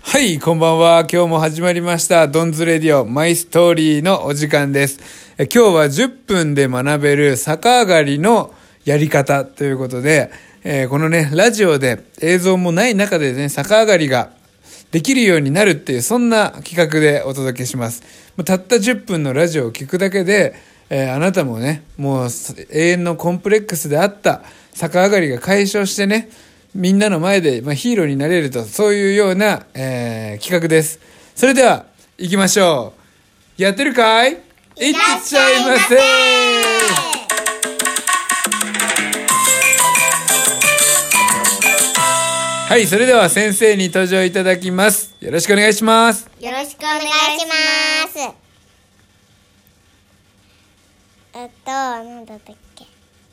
はい、こんばんは。今日も始まりました。ドンズレディオマイストーリーのお時間です。今日は10分で学べる逆上がりのやり方ということで、このね、ラジオで映像もない中でね、逆上がりができるようになるっていう、そんな企画でお届けします。たった10分のラジオを聞くだけで、あなたもね、もう永遠のコンプレックスであった逆上がりが解消してね、みんなの前で、ヒーローになれると、そういうような、企画です。それでは行きましょう。やってるかい？いってっちゃいませ。はい、それでは先生に登場いただきます。よろしくお願いします。 よろしくお願いします。なんだったっけ？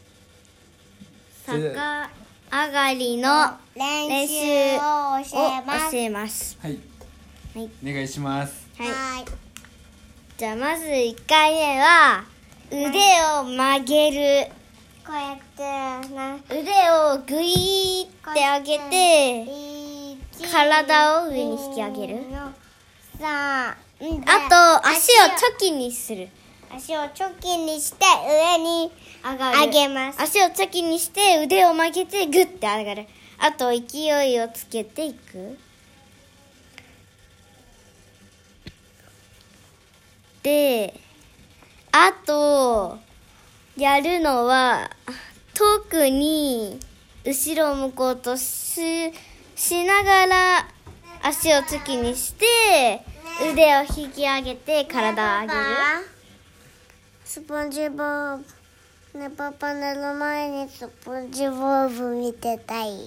逆上がりの練習を教えます。 はい。 はい。 お願いします。 はい。じゃあまず1回目は腕を曲げる。こうやって腕をグイーって上げて体を上に引き上げる。あと足をチョキにする。足をチョキにして上に上げます。足をチョキにして腕を曲げてグッて上がる。あと勢いをつけていく。で、あとやるのは特に後ろを向こうとしながら足をチョキにして腕を引き上げて体を上げる。スポンジボブね、パパ寝る前にスポンジボブ見てたい。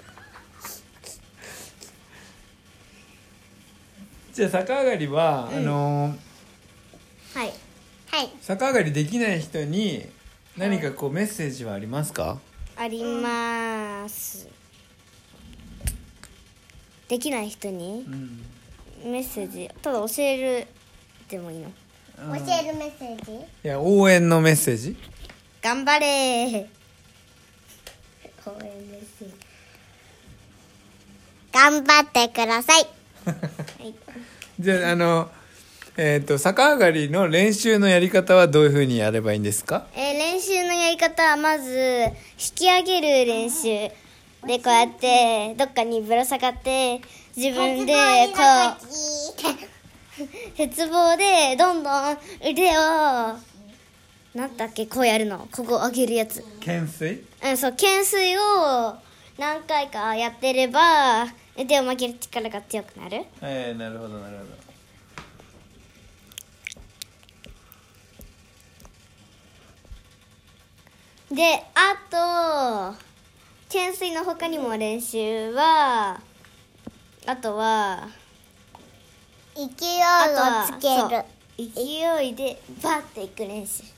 じゃあ逆上がりは、 はいはい逆上がりできない人に何かこうメッセージはありますか？ あります。できない人にメッセージただ教えるでもいいの？教えるメッセージ？ いや、応援のメッセージ。 頑張れー。応援メッセージ。頑張ってください。はい、 じゃあ逆上がりの練習のやり方はどういう風にやればいいんですか？ 練習のやり方はまず引き上げる練習で、こうやってどっかにぶら下がって自分でこう鉄棒でどんどん腕をなんだっけ、こうやるの、ここ上げるやつ、 懸垂？ そう、懸垂を何回かやってれば腕を曲げる力が強くなる。 なるほどなるほど。 で、あと懸垂の他にも練習は、あとは勢いをつける。勢いでバッていく練習。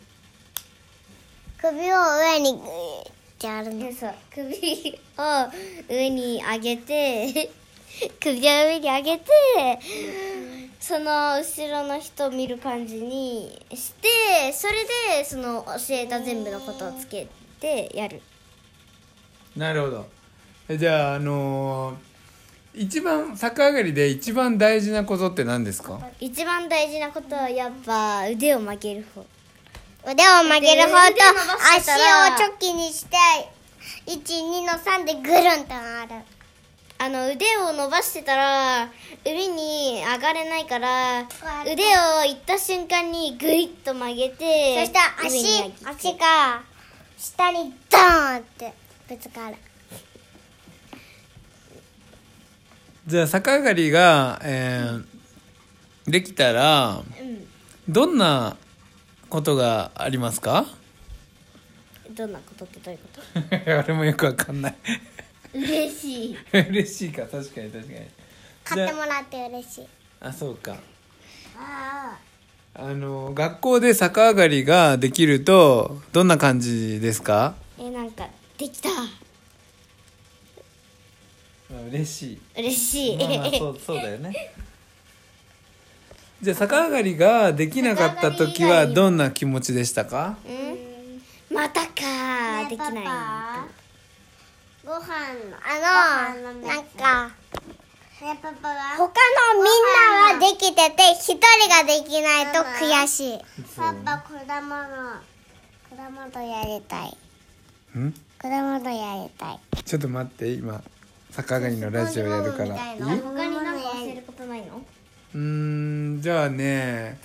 首を上にグーってやるの。そう、首を上に上げて首を上に上げて、その後ろの人を見る感じにして、それでその教えた全部のことをつけてやる。 なるほど。じゃあ一番逆上がりで一番大事なことって何ですか？ 一番大事なことはやっぱ腕を曲げる方。腕を曲げる方と足をチョキにして1、2の3でぐるんと回る。腕を伸ばしてたら上に上がれないから、腕をいった瞬間にグイッと曲げて、そしたら足が下にドーンってぶつかる。 じゃあ逆上がりが、できたら、どんなことがありますか？ どんなことってどういうこと？ 俺もよくわかんない。 嬉しい。 嬉しいか、確かに確かに。 買ってもらって嬉しい。 あ、そうか。学校で逆上がりができるとどんな感じですか？ なんかできた。 嬉しい。 嬉しい。 そうだよね。じゃあ逆上がりができなかった時はどんな気持ちでしたか？ またか、できない。ご飯のなんか他のみんなはできてて一人ができないと悔しい。パパ、果物やりたい。果物やりたい。 ちょっと待って、今逆上がりのラジオやるから。いい？ 他に何か教えることないの？ じゃあね、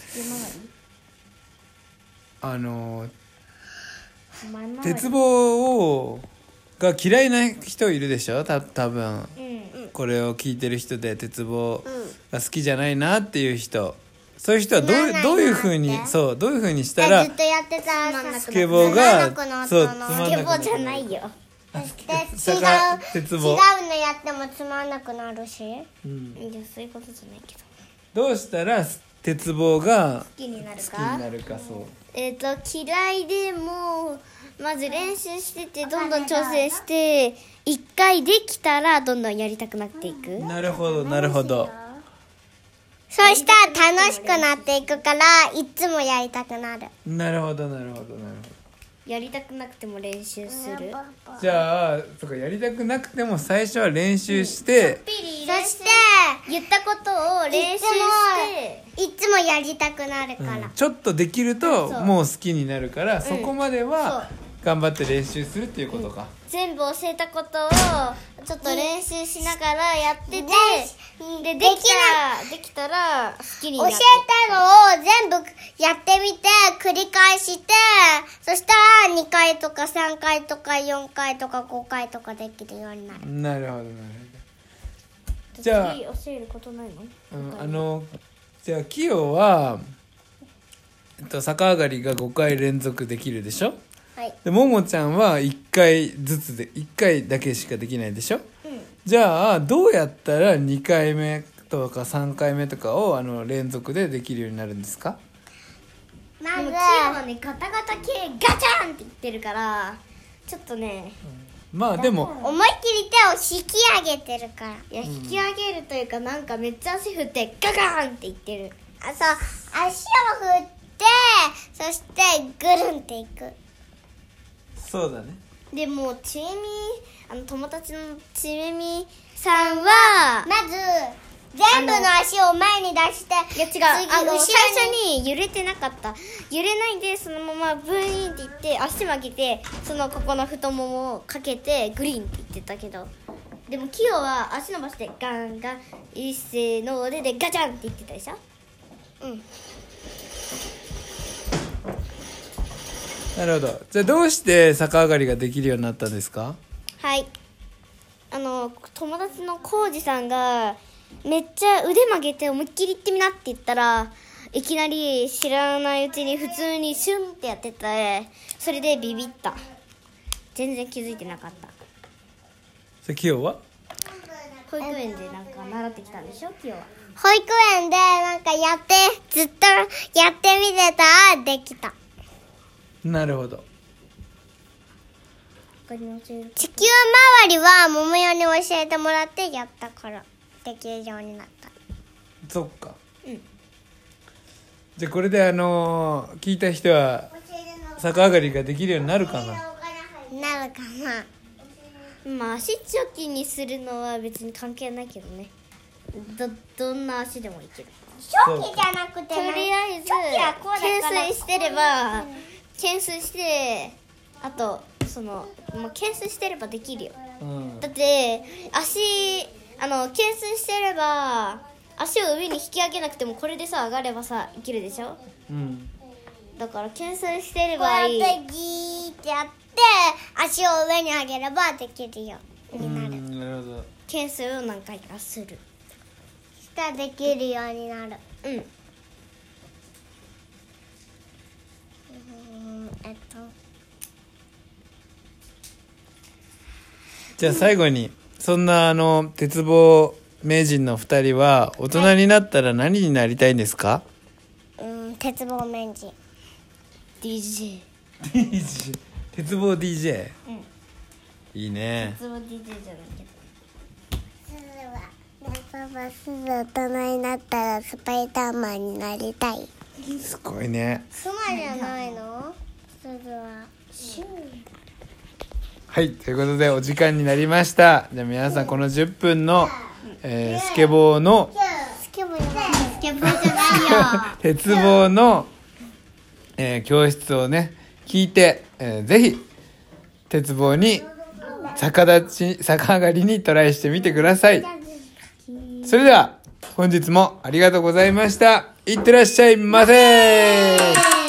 鉄棒が嫌いな人いるでしょ、多分、これを聞いてる人で鉄棒が好きじゃないなっていう人、そういう人はどういう風にしたらずっとやってたらスケボーがつまんなくなったの。 そうつまんなくなったの。 スケボーじゃないよ。 鉄棒違うのやってもつまんなくなるし、いやそういうことじゃないけど、 どうしたら鉄棒が好きになる好きか。 になるか。そう嫌いでもまず練習しててどんどん挑戦して一回できたらどんどんやりたくなっていく。 なるほどなるほど。 そうしたら楽しくなっていくからいつもやりたくなる。 なるほどなるほど。 やりたくなくても練習する。 じゃあそうか、やりたくなくても最初は練習して、 そして言ったことを練習していつもやりたくなるから、 ちょっとできるともう好きになるから、そこまでは頑張って練習するっていうことか。 全部教えたことをちょっと練習しながらやってて、でできたら好きになって、教えたのを全部やってみて繰り返して、そしたら2回とか3回とか4回とか5回とかできるようになる。 なるほどなるほど。じゃあ教えることないの？ じゃあキヨは逆上がりが5回連続できるでしょ。 はい、 でももちゃんは1回ずつで1回だけしかできないでしょ、じゃあどうやったら2回目とか3回目とかを連続でできるようになるんですか？まずキヨはねガタガタ系ガチャンって言ってるからちょっとね、まあでも思いっきり手を引き上げてるから、いや引き上げるというかなんかめっちゃ足振ってガガーンって言ってる。そう、足を振ってそしてぐるんっていく。 そうだね。 でもちえみ友達のちえみさんはまず全部の足を前に出して、いや違う、最初に揺れてなかった。揺れないでそのままブイーンっていって足曲げてここの太ももをかけてグリーンって言ってたけど、でもキヨは足伸ばしてガンガン一斉の腕でガチャンって言ってたでしょ。 なるほど。じゃあどうして逆上がりができるようになったんですか？ はい、友達のコウジさんがめっちゃ腕曲げて思いっきりいってみなって言ったら、いきなり知らないうちに普通にシュンってやってて、それでビビった。全然気づいてなかった。 キヨは保育園でなんか習ってきたんでしょ。キヨは保育園でなんかずっとやってみてたらできた。 なるほど。 地球周りは桃代に教えてもらってやったからできるようになった。 そっか。じゃあこれで聞いた人は逆上がりができるようになるかな。 なるかな。まあ足チョキにするのは別に関係ないけどね。どんな足でもいける。チョキじゃなくてとりあえず懸垂してればあと懸垂してればできるよ、だって懸垂してれば足を上に引き上げなくてもこれでさ上がればさいけるでしょ、だから懸垂してればいい。こうやってギーってやって足を上に上げればできるようになる。 なるほど。 懸垂を何回かするしたらできるようになる。 じゃあ最後にそんな鉄棒名人の2人は大人になったら何になりたいんですか？ 鉄棒名人 DJ 鉄棒 DJ、いいね。 鉄棒 DJ じゃないけど、パパすぐ大人になったらスパイダーマンになりたい。 すごいね。 スマじゃないの？すぐははい、ということでお時間になりました。じゃあ皆さんこの10分のスケボーのスケボーじゃないよ。 鉄棒の、教室をね聞いて、ぜひ鉄棒に逆上がりにトライしてみてください。それでは本日もありがとうございました。いってらっしゃいませ。